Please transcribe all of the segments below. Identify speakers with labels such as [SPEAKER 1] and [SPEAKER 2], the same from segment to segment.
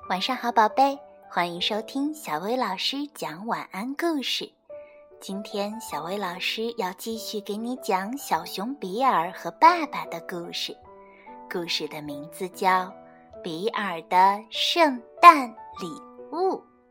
[SPEAKER 1] 晚上好，宝贝，欢迎收听小薇老师讲晚安故事。今天小薇老师要继续给你讲小熊比尔和爸爸的故事。故事的名字叫《比尔的圣诞礼物》。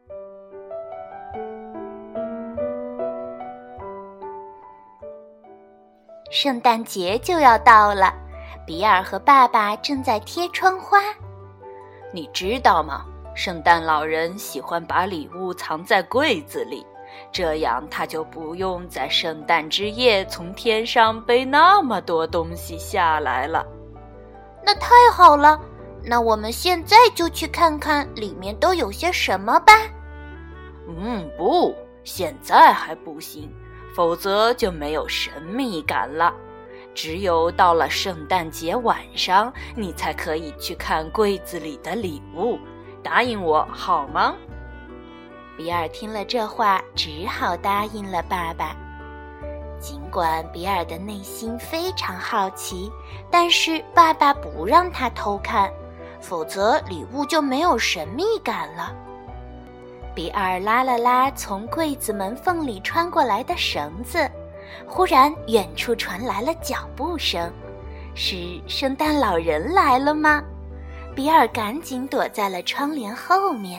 [SPEAKER 1] 圣诞节就要到了，比尔和爸爸正在贴窗花。
[SPEAKER 2] 你知道吗？圣诞老人喜欢把礼物藏在柜子里，这样他就不用在圣诞之夜从天上背那么多东西下来了。
[SPEAKER 1] 那太好了，那我们现在就去看看里面都有些什么吧。
[SPEAKER 2] 不，现在还不行，否则就没有神秘感了。只有到了圣诞节晚上，你才可以去看柜子里的礼物。答应我好吗？
[SPEAKER 1] 比尔听了这话，只好答应了爸爸。尽管比尔的内心非常好奇，但是爸爸不让他偷看，否则礼物就没有神秘感了。比尔拉了拉从柜子门缝里穿过来的绳子，忽然远处传来了脚步声，是圣诞老人来了吗？比尔赶紧躲在了窗帘后面。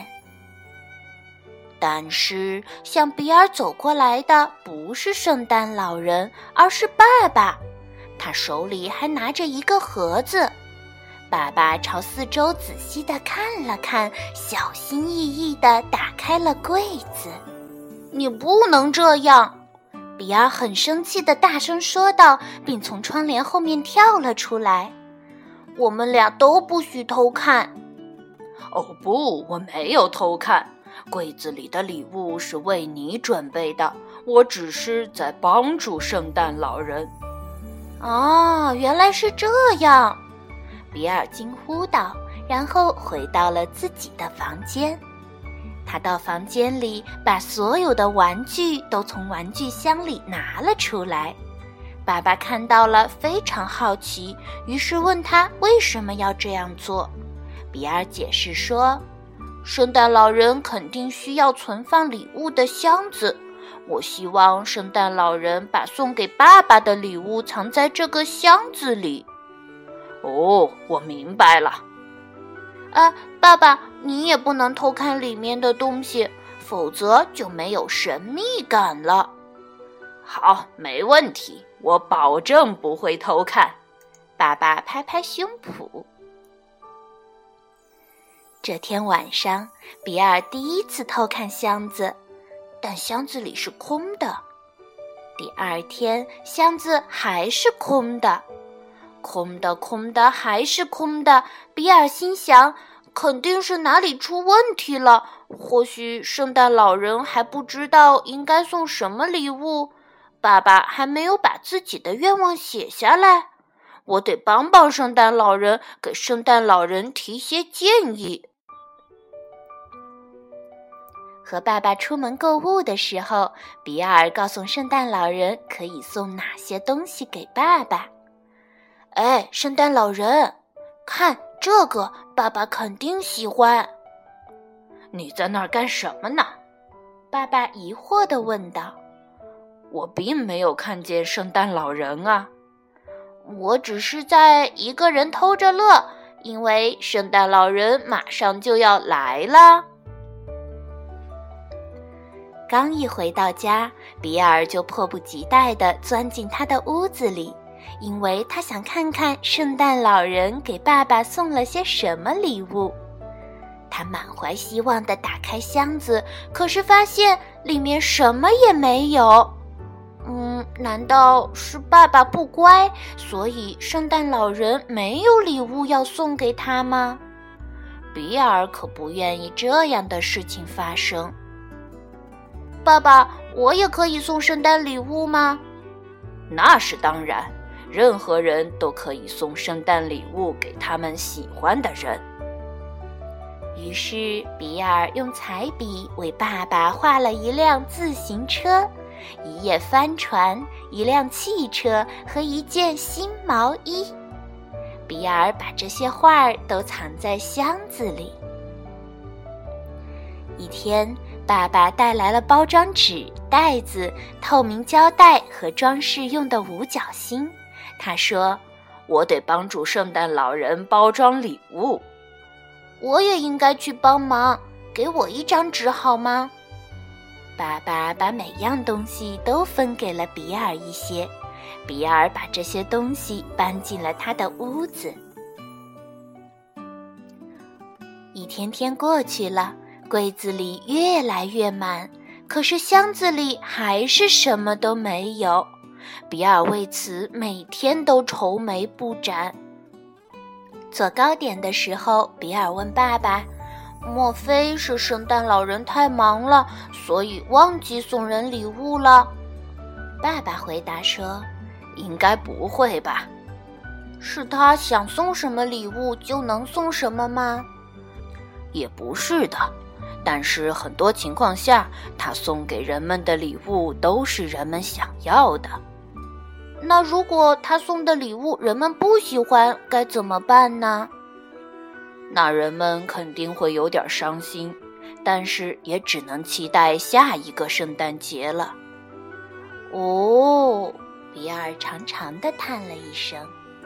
[SPEAKER 1] 但是向比尔走过来的不是圣诞老人，而是爸爸，他手里还拿着一个盒子。爸爸朝四周仔细地看了看，小心翼翼地打开了柜子。你不能这样！比尔很生气地大声说道，并从窗帘后面跳了出来。我们俩都不许偷看。
[SPEAKER 2] 哦不，我没有偷看，柜子里的礼物是为你准备的，我只是在帮助圣诞老人。
[SPEAKER 1] 哦，原来是这样！比尔惊呼道，然后回到了自己的房间。他到房间里，把所有的玩具都从玩具箱里拿了出来。爸爸看到了，非常好奇，于是问他为什么要这样做。比尔解释说，圣诞老人肯定需要存放礼物的箱子，我希望圣诞老人把送给爸爸的礼物藏在这个箱子里。
[SPEAKER 2] 哦，我明白了。
[SPEAKER 1] 爸爸，你也不能偷看里面的东西，否则就没有神秘感了。
[SPEAKER 2] 好，没问题，我保证不会偷看。
[SPEAKER 1] 爸爸拍拍胸脯。这天晚上，比尔第一次偷看箱子，但箱子里是空的。第二天，箱子还是空的，空的，还是空的。比尔心想，肯定是哪里出问题了，或许圣诞老人还不知道应该送什么礼物。爸爸还没有把自己的愿望写下来，我得帮帮圣诞老人，给圣诞老人提些建议。和爸爸出门购物的时候，比尔告诉圣诞老人可以送哪些东西给爸爸。圣诞老人，看这个，爸爸肯定喜欢。
[SPEAKER 2] 你在那儿干什么呢？
[SPEAKER 1] 爸爸疑惑地问道。
[SPEAKER 2] 我并没有看见圣诞老人啊。
[SPEAKER 1] 我只是在一个人偷着乐，因为圣诞老人马上就要来了。刚一回到家，比尔就迫不及待地钻进他的屋子里，因为他想看看圣诞老人给爸爸送了些什么礼物。他满怀希望地打开箱子，可是发现里面什么也没有。难道是爸爸不乖，所以圣诞老人没有礼物要送给他吗？比尔可不愿意这样的事情发生。爸爸，我也可以送圣诞礼物吗？
[SPEAKER 2] 那是当然，任何人都可以送圣诞礼物给他们喜欢的人。
[SPEAKER 1] 于是比尔用彩笔为爸爸画了一辆自行车，一叶帆船，一辆汽车和一件新毛衣。比尔把这些画儿都藏在箱子里。 一天，爸爸带来了包装纸、袋子、透明胶带和装饰用的五角星。他说：“
[SPEAKER 2] 我得帮助圣诞老人包装礼物。”
[SPEAKER 1] 我也应该去帮忙，给我一张纸好吗？爸爸把每样东西都分给了比尔一些，比尔把这些东西搬进了他的屋子。一天天过去了，柜子里越来越满，可是箱子里还是什么都没有。比尔为此每天都愁眉不展。做糕点的时候，比尔问爸爸：“莫非是圣诞老人太忙了，所以忘记送人礼物了？”爸爸回答说：“
[SPEAKER 2] 应该不会吧？
[SPEAKER 1] 是他想送什么礼物就能送什么吗？”
[SPEAKER 2] 也不是的，但是很多情况下，他送给人们的礼物都是人们想要的。
[SPEAKER 1] 那如果他送的礼物人们不喜欢，该怎么办呢？
[SPEAKER 2] 那人们肯定会有点伤心，但是也只能期待下一个圣诞节了。
[SPEAKER 1] 哦，比尔长长地叹了一声。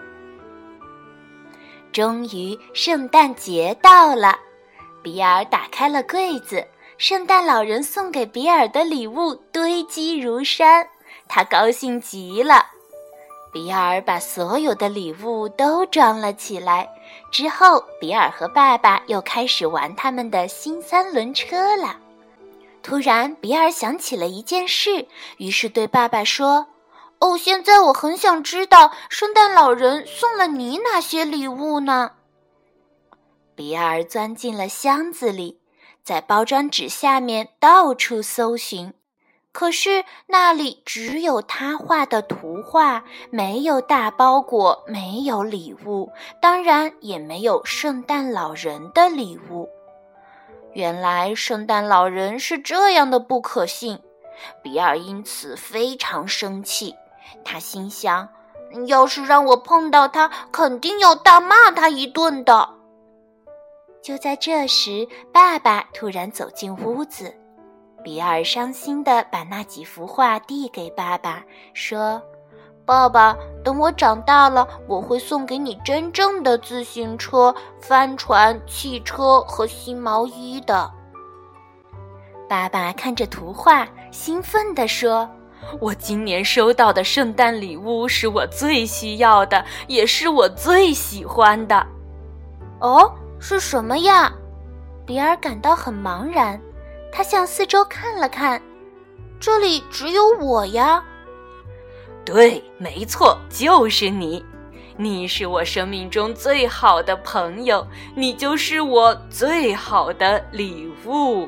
[SPEAKER 1] 终于圣诞节到了，比尔打开了柜子，圣诞老人送给比尔的礼物堆积如山，他高兴极了。比尔把所有的礼物都装了起来，之后比尔和爸爸又开始玩他们的新三轮车了。突然比尔想起了一件事，于是对爸爸说：“哦，现在我很想知道圣诞老人送了你哪些礼物呢？”比尔钻进了箱子里，在包装纸下面到处搜寻，可是那里只有他画的图画，没有大包裹，没有礼物，当然也没有圣诞老人的礼物。原来圣诞老人是这样的不可信，比尔因此非常生气。他心想，要是让我碰到他，肯定要大骂他一顿的。就在这时，爸爸突然走进屋子。比尔伤心地把那几幅画递给爸爸，说：“爸爸，等我长大了，我会送给你真正的自行车、帆船、汽车和新毛衣的。”爸爸看着图画，兴奋地说：“
[SPEAKER 2] 我今年收到的圣诞礼物是我最需要的，也是我最喜欢的。”
[SPEAKER 1] 哦，是什么呀？比尔感到很茫然。他向四周看了看，这里只有我呀。
[SPEAKER 2] 对，没错，就是你。你是我生命中最好的朋友，你就是我最好的礼物。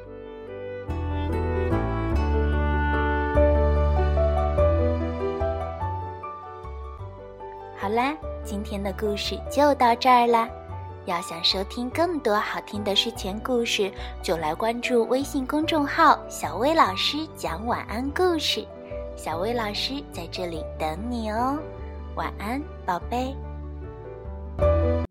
[SPEAKER 1] 好啦，今天的故事就到这儿啦。要想收听更多好听的睡前故事，就来关注微信公众号小薇老师讲晚安故事。小薇老师在这里等你哦，晚安，宝贝。